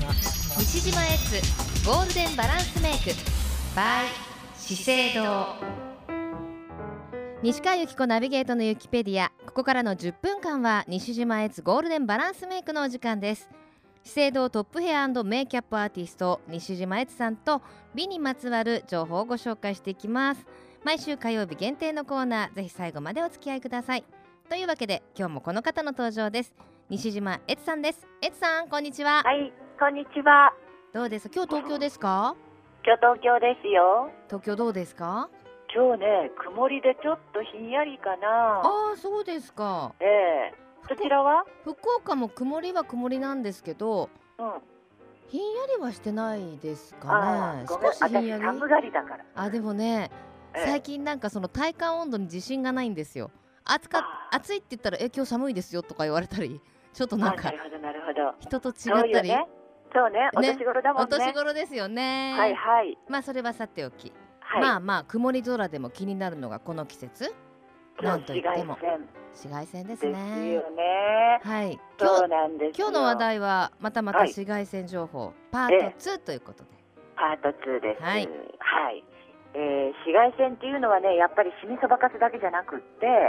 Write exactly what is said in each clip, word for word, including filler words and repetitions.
西島エッツゴールデンバランスメイク by 資生堂。西川由紀子ナビゲートのユキペディア。ここからのじゅっぷんかんは西島エッツゴールデンバランスメイクのお時間です。資生堂トップヘア&メイキャップアーティスト西島エツさんと美にまつわる情報をご紹介していきます。毎週火曜日限定のコーナー、ぜひ最後までお付き合いください。というわけで今日もこの方の登場です。西島エツさんです。エツさん、こんにちは。 はい、こんにちは。 どうですか、今日東京ですか？ 今日東京ですよ。 東京どうですか？ 今日ね、曇りでちょっとひんやりかな。 ああ、そうですか。 ええそちらは？ 福岡も曇りは曇りなんですけど、 うん。 ひんやりはしてないですかね。 あーごめん、 少しひんやり。 私寒がりだから。 あ、でもね、 ええ最近なんかその体感温度に自信がないんですよ。暑かあ暑いって言ったらえ今日寒いですよとか言われたり、ちょっとなんかあなるほどなるほど。 人と違そうったり、 よね。そうね、お年頃だもおんね。 年頃ですよね。 はいはいまあそれはさておき、 はい。 まあまあ曇り空でも気になるのがこの季節、なん今日紫といっても外線紫外線ですですね。 よね。 はい。 そう今日なんですよ。 今日の話題はまたまたはい紫外線情報、パートツーということで。 パートツーです。 ははいい。えー紫外線っていうのはね、やっぱりシミそばかすだけじゃなくって、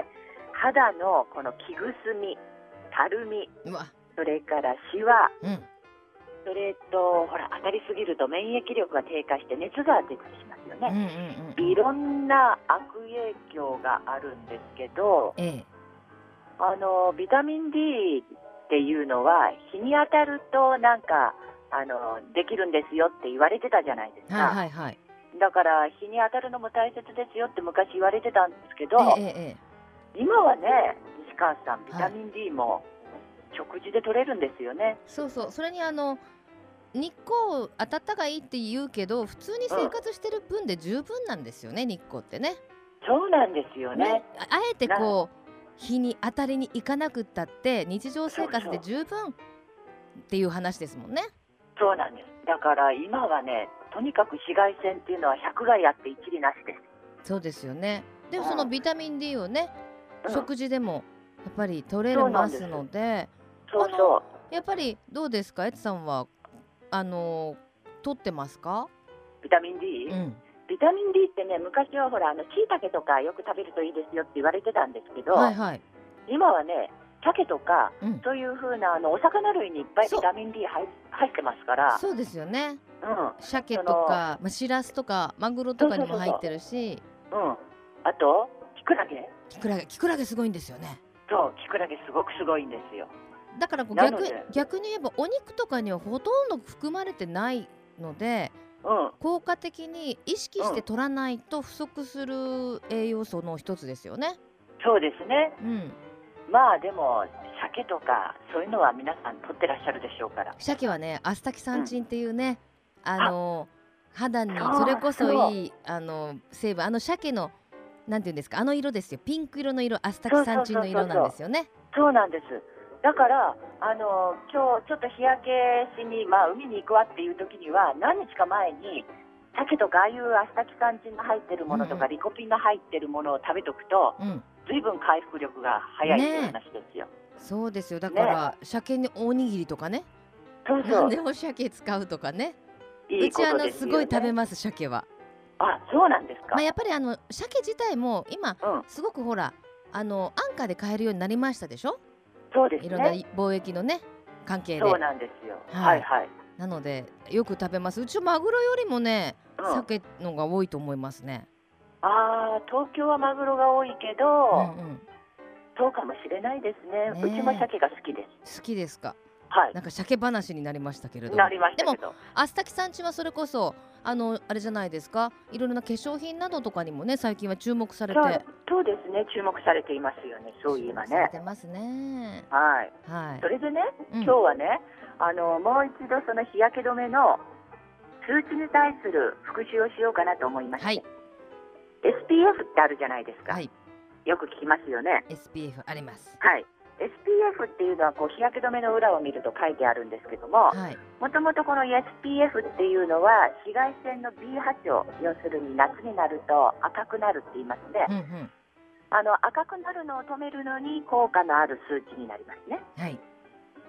肌のこの木くすみ、たるみ、 うわ、 それからシワ、 うんそれとほら当たりすぎると免疫力が低下して熱が出たりしますようんうんね。 うんうん。 いろんな悪影響があるんですけど、 ええ、 あのビタミン D っていうのは日に当たるとなんかあのできるんですよって言われてたじゃないですか。 はいはいはい。 だから日に当たるのも大切ですよって昔言われてたんですけど、 ええええ、 今はね、西川さんビタミン D も食事で取れるんですよね。 そうそう。それにあの日光当たったがいいって言うけど、普通に生活してる分で十分なんですよね、日光ってね。 そうなんですよね。 ね、ああえてこう日に当たりに行かなくったって日常生活で十分っていう話ですもんね。 そうなんです。だから今はね、とにかく紫外線っていうのは百害あって一利なしです。 そうですよね。でもうんそのビタミン D をね、 うん食事でもやっぱり取れますので、 そうそう。 やっぱりどうですか、エツさんはあの取ってますか？ ビタミン D？、 うん、 ビタミン D ってね、昔はほらあの椎茸とかよく食べるといいですよって言われてたんですけど、 はいはい、 今はね、鮭とか、 うん、 そういう風なあのお魚類にいっぱいビタミン D 入入ってますから、 そうですよね。 うん鮭とか、まあ、しらすとかマグロとかにも入ってるし、 うん。あとキクラゲ、 キクラゲキクラゲすごいんですよね。 そうキクラゲすごくすごいんですよ。 だからこう逆なので逆に言えばお肉とかにはほとんど含まれてないので、 うん。 効果的に意識して取らないと不足する栄養素の一つですよね。 そうですね。 うん、 まあでも鮭とかそういうのは皆さん取ってらっしゃるでしょうから。 鮭はねアスタキサンチンっていうね、うん、あの肌にそうそれこそそういいあの成分、あの鮭のなんていうんですか、あの色ですよ、ピンク色の色、アスタキサンチンの色なんですよね。 そうなんです。だからあの今日ちょっと日焼けしに、まあ、海に行くわっていう時には何日か前に鮭とかああいうアスタキサンチンが入ってるものとか、 うんうん、 リコピンが入ってるものを食べとくと、 うん、 随分回復力が早いという話ですよ。 ね、そうですよ。だから、ね、鮭におにぎりとかね、 そうそう、 何でも鮭使うとかね。 いいことですよね。 うちあのすごい食べます鮭は。 あ、そうなんですか。 まあ、やっぱりあの鮭自体も今、 うん、 すごくほらあの安価で買えるようになりましたでしょ。 そうですね。 いろんな貿易のね関係で。 そうなんですよ。 はい、 はいはい。 なのでよく食べます。うちはマグロよりもね、うん、鮭のが多いと思いますね。 ああ、東京はマグロが多いけど、うんうん、そうかもしれないですね。うちも鮭が好きです。 好きですか。 はい。 なんか鮭話になりましたけれども。 なりましたけど。 でもアスタキサンチンはそれこそあのあれじゃないですか。いろいろな化粧品などとかにもね最近は注目されて。 そう、そうですね。注目されていますよね。そういえばね。 されてますね。 はい。 はい。 それでね、 うん、 今日はね、あのもう一度その日焼け止めの数値に対する復習をしようかなと思いまして。はい。エスピーエフ ってあるじゃないですか。はい。よく聞きますよね。 エスピーエフ あります。 はい。エスピーエフ っていうのはこう日焼け止めの裏を見ると書いてあるんですけども、もともとこの エスピーエフ っていうのは紫外線の ビーはち を、要するに夏になると赤くなるって言いますね。うんうん、あの赤くなるのを止めるのに効果のある数値になりますね。はい。はい。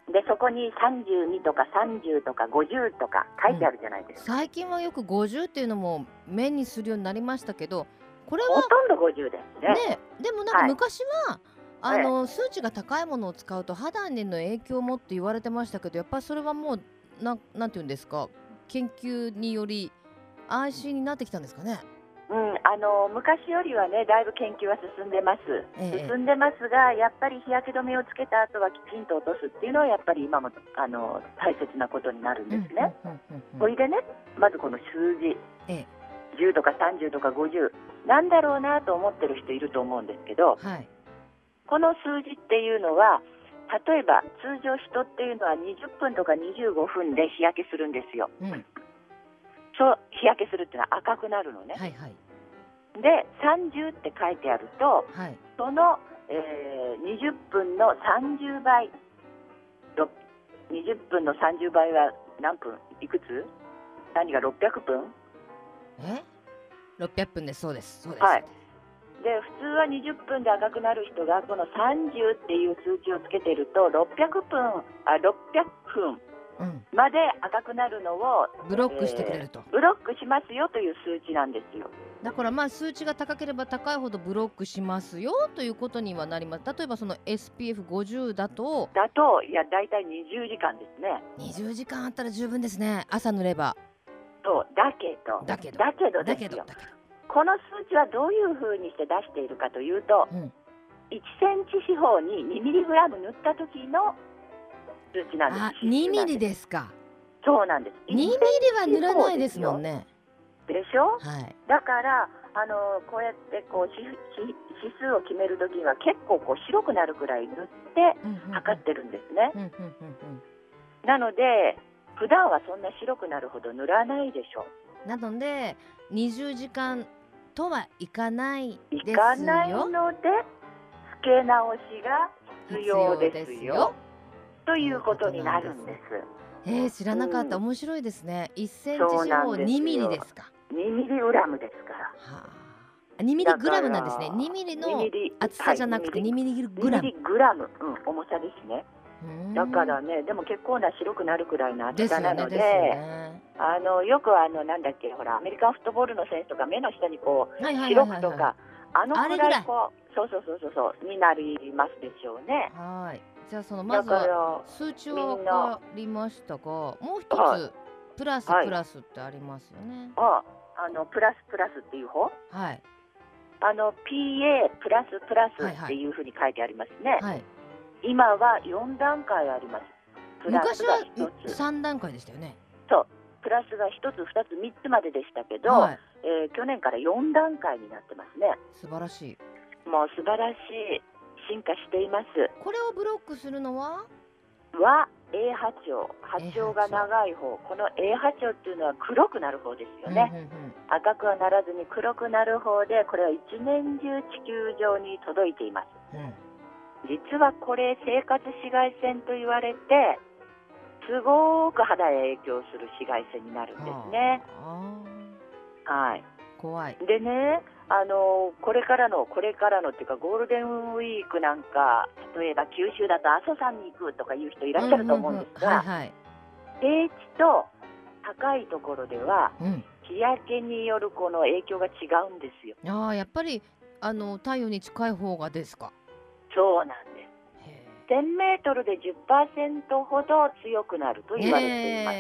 でそこにさんじゅうにとかさんじゅうとかごじゅうとか書いてあるじゃないですか、 うん、最近はよくごじゅうっていうのも目にするようになりましたけど、これはほとんどごじゅうですね。 ね、でもなんか昔は、はい、あの、 ええ、 数値が高いものを使うと肌にの影響もって言われてましたけど、やっぱりそれはもうな、なんていうんですか、研究により安心になってきたんですかね。 うん、あの昔よりはねだいぶ研究は進んでます、 ええ、 進んでますが、やっぱり日焼け止めをつけた後はきちんと落とすっていうのはやっぱり今もあの大切なことになるんですね。それでね、まずこの数字、ええ、じゅうとかさんじゅうとかごじゅうなんだろうなと思ってる人いると思うんですけど、はい、この数字っていうのは例えば通常人っていうのはにじゅっぷんとかにじゅうごふんで日焼けするんですよ、うん、そう日焼けするっていうのは赤くなるのね、はいはい、でさんじゅうって書いてあると、はい、その、えー、にじゅっぷんのさんじゅうばい、にじゅっぷんのさんじゅうばいは何分いくつ何がろっぴゃくぷんえろっぴゃくぷんです。そうですそうです、 はい、で普通はにじゅっぷんで赤くなる人がこのさんじゅうっていう数値をつけてるとろっぴゃくぷんあろっぴゃくふんまで赤くなるのをブロックしてくれると、 えー、ブロックしますよという数値なんですよ。 だからまあ数値が高ければ高いほどブロックしますよということにはなります。例えばその エスピーエフごじゅう だとだといやだいたいにじゅうじかんですね。 にじゅうじかんあったら十分ですね。朝塗れば。 そうだけどだけどだけどですよ。この数値はどういうふうにして出しているかというと、うん、いちセンチ四方ににミリグラム塗った時の数値なんです。 あ、にミリですか。 そうなんです。 にミリは塗らないですもんね。 でしょ、 はい、 だからあのこうやってこう指数を決めるときには結構こう白くなるくらい塗って測ってるんですね。なので普段はそんな白くなるほど塗らないでしょ。 なのでにじゅうじかんとはいかないですよ。 いかないのでつけ直しが必要ですよということになるんです。 えー、知らなかった、うん、面白いですね。いっセンチ四方にミリですか。 にミリグラムですから。 はあ、にミリグラムなんですね。にミリの厚さじゃなくてにミリグラム。 にミリグラム、うん、重さですね。だからね、でも結構な白くなるくらいの厚さなので、ね、あのよくあのなんだっけ、ほらアメリカンフットボールの選手とか目の下にこう白くとかあのくらいこうそうそうそうそうそうになりますでしょうね。 はい。じゃあそのまずは数値は分かりましたが、もう一つ、はい、プラスプラスってありますよね。 はい、あのプラスプラスっていう方、 はい、 あの ピーエー プラスプラスっていうふうに書いてありますね。はいはい、今はよんだんかいあります。 プラスが昔はさんだんかいでしたよね。 そう、プラスがひとつふたつみっつまででしたけど、はい、えー、去年からよんだんかいになってますね。 素晴らしい。 もう素晴らしい、進化しています。 これをブロックするのはは エー 波長、波長が長い方、この エー 波長っていうのは黒くなる方ですよね、うんうんうん、赤くはならずに黒くなる方で、これは一年中地球上に届いています、うん、実はこれ生活紫外線と言われてすごく肌へ影響する紫外線になるんですね。はい、 怖い。 でね、あのこれからのこれからのっていうかゴールデンウィークなんか、例えば九州だと阿蘇山に行くとかいう人いらっしゃると思うんですが、平地と高いところでは、うん、日焼けによるこの影響が違うんですよ。 ああ、やっぱりあの太陽に近い方がですか。 そうなんです。せんメートルで じゅっパーセント ほど強くなると言われています。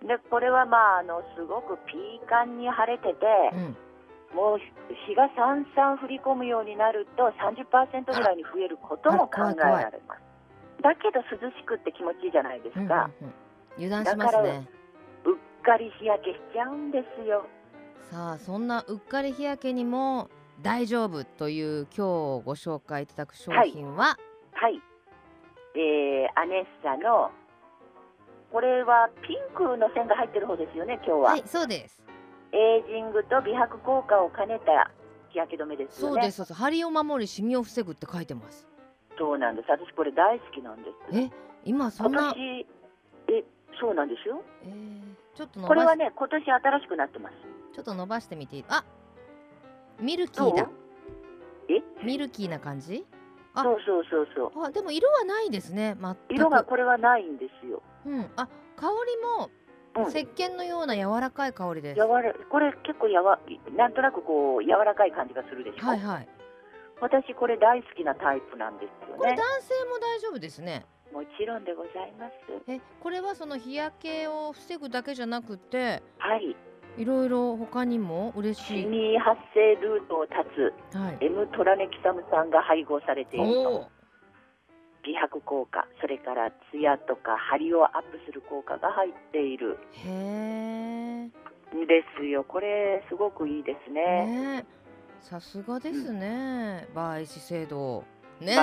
でこれはまああのすごくピーカンに晴れてて、うん、もう日がさんさん降り込むようになると さんじゅっパーセント ぐらいに増えることも考えられます。だけど涼しくって気持ちいいじゃないですか、うんうんうん、 油断しますね。 だからうっかり日焼けしちゃうんですよ。 さあ、そんなうっかり日焼けにも大丈夫という今日ご紹介いただく商品は、 はい、はい、えー、アネッサのこれはピンクの線が入ってる方ですよね、今日は。 はい、そうです。 エイジングと美白効果を兼ねた日焼け止めですよね。 そうです、そうです。張りを守りシミを防ぐって書いてます。 そうなんです。私これ大好きなんです。 え、今そんな今年、え、そうなんですよ。 えー、ちょっと伸ばしこれはね、今年新しくなってます。 ちょっと伸ばしてみていい？あ、ミルキーだ。 え？ ミルキーな感じ？ あ、そうそうそうそう。 あ、でも色はないですね。全く色がこれはないんですよ。 うん、あ、香りも、うん、石鹸のような柔らかい香りです。 やわらこれ結構やわなんとなくこう柔らかい感じがするでしょ。 はいはい。 私これ大好きなタイプなんですよね。 これ男性も大丈夫ですね。 もちろんでございます。 え、これはその日焼けを防ぐだけじゃなくて、 はい。 いろいろ他にも嬉しい。 シミ発生ルートを断つ、はい、M トラネキサム酸が配合されていると。美白効果、それからツヤとか張りをアップする効果が入っている。 へー。 ですよ。これすごくいいですね。 ね、さすがですね。うん、バイ資生堂。ね。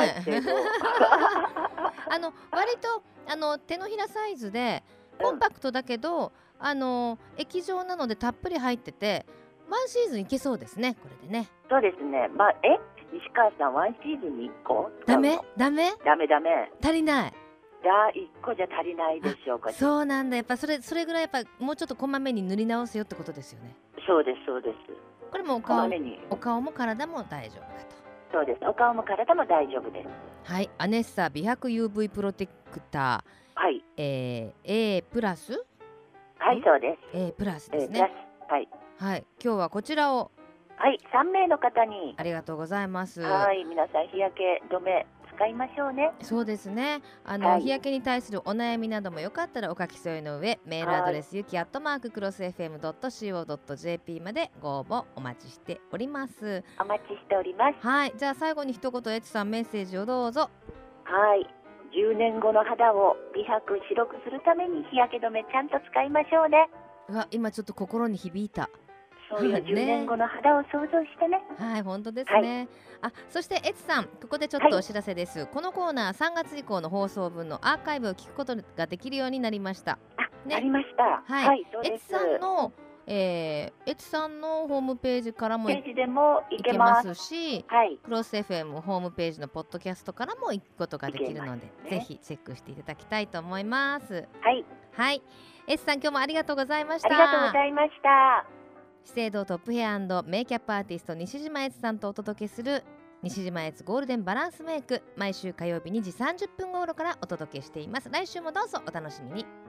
あの割とあの手のひらサイズでコンパクトだけど、うん、あの液状なのでたっぷり入っててワンシーズンいけそうですね、これでね。 そうですね。まあ、え西川さんワンシーズンにいっこダメダメダメダメ足りない。 じゃあいっこじゃ足りないでしょうか。 そうなんだ。やっぱそれそれぐらいやっぱもうちょっとこまめに塗り直すよってことですよね。 そうですそうです。 これもお顔お顔も体も大丈夫だと。 そうです。お顔も体も大丈夫です。 はい。アネッサ美白 ユーブイ プロテクター、はい、 えー、A プラス、 はいそうです。 A プラスですね。 A プラス、はい、 はい。今日はこちらを、 はい、さんめいの方にありがとうございます。 はい、皆さん日焼け止め使いましょうね。 そうですね。あの、はい、日焼けに対するお悩みなどもよかったらお書き添えの上、メールアドレスゆきアットマーククロス エフエムドットシーオードットジェーピー までご応募お待ちしております。 お待ちしております。 はい。じゃあ最後に一言エツさんメッセージをどうぞ。 はい。じゅうねんごの肌を美白白くするために日焼け止めちゃんと使いましょうね。 うわ、今ちょっと心に響いた。 そういうじゅうねんごの肌を想像してね。 はい、本当ですね。はい、あ、そしてエツさん、ここでちょっとお知らせです。はい、このコーナーさんがつ以降の放送分のアーカイブを聞くことができるようになりました。 あ、ね、ありました。 はい、はい、エツさんのえー、エツさんのホームページからも行けますし、 はい、 クロス エフエム ホームページのポッドキャストからも行くことができるので、ね、ぜひチェックしていただきたいと思います。 はい、 はい、エツさん今日もありがとうございました。 ありがとうございました。 資生堂トップヘア&メイキャップアーティスト西島エツさんとお届けする西島エツゴールデンバランスメイク、毎週火曜日にじさんじゅっぷん頃からお届けしています。来週もどうぞお楽しみに。